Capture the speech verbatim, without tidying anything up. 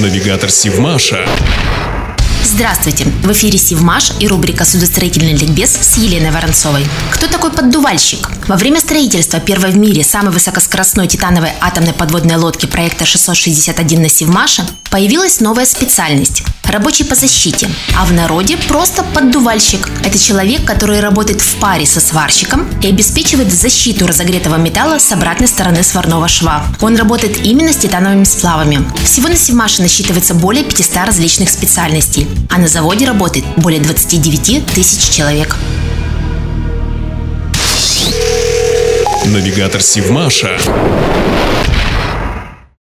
Навигатор Сивмаша. Здравствуйте! В эфире Сивмаш и рубрика «Судостроительный ликбез» с Еленой Воронцовой. Кто такой поддувальщик? Во время строительства первой в мире самой высокоскоростной титановой атомной подводной лодки проекта шестьсот шестьдесят один на Сивмаше появилась новая специальность – рабочий по защите, а в народе просто поддувальщик. Это человек, который работает в паре со сварщиком и обеспечивает защиту разогретого металла с обратной стороны сварного шва. Он работает именно с титановыми сплавами. Всего на Сивмаше насчитывается более пятисот различных специальностей, а на заводе работает более двадцати девяти тысяч человек. Навигатор Сивмаша.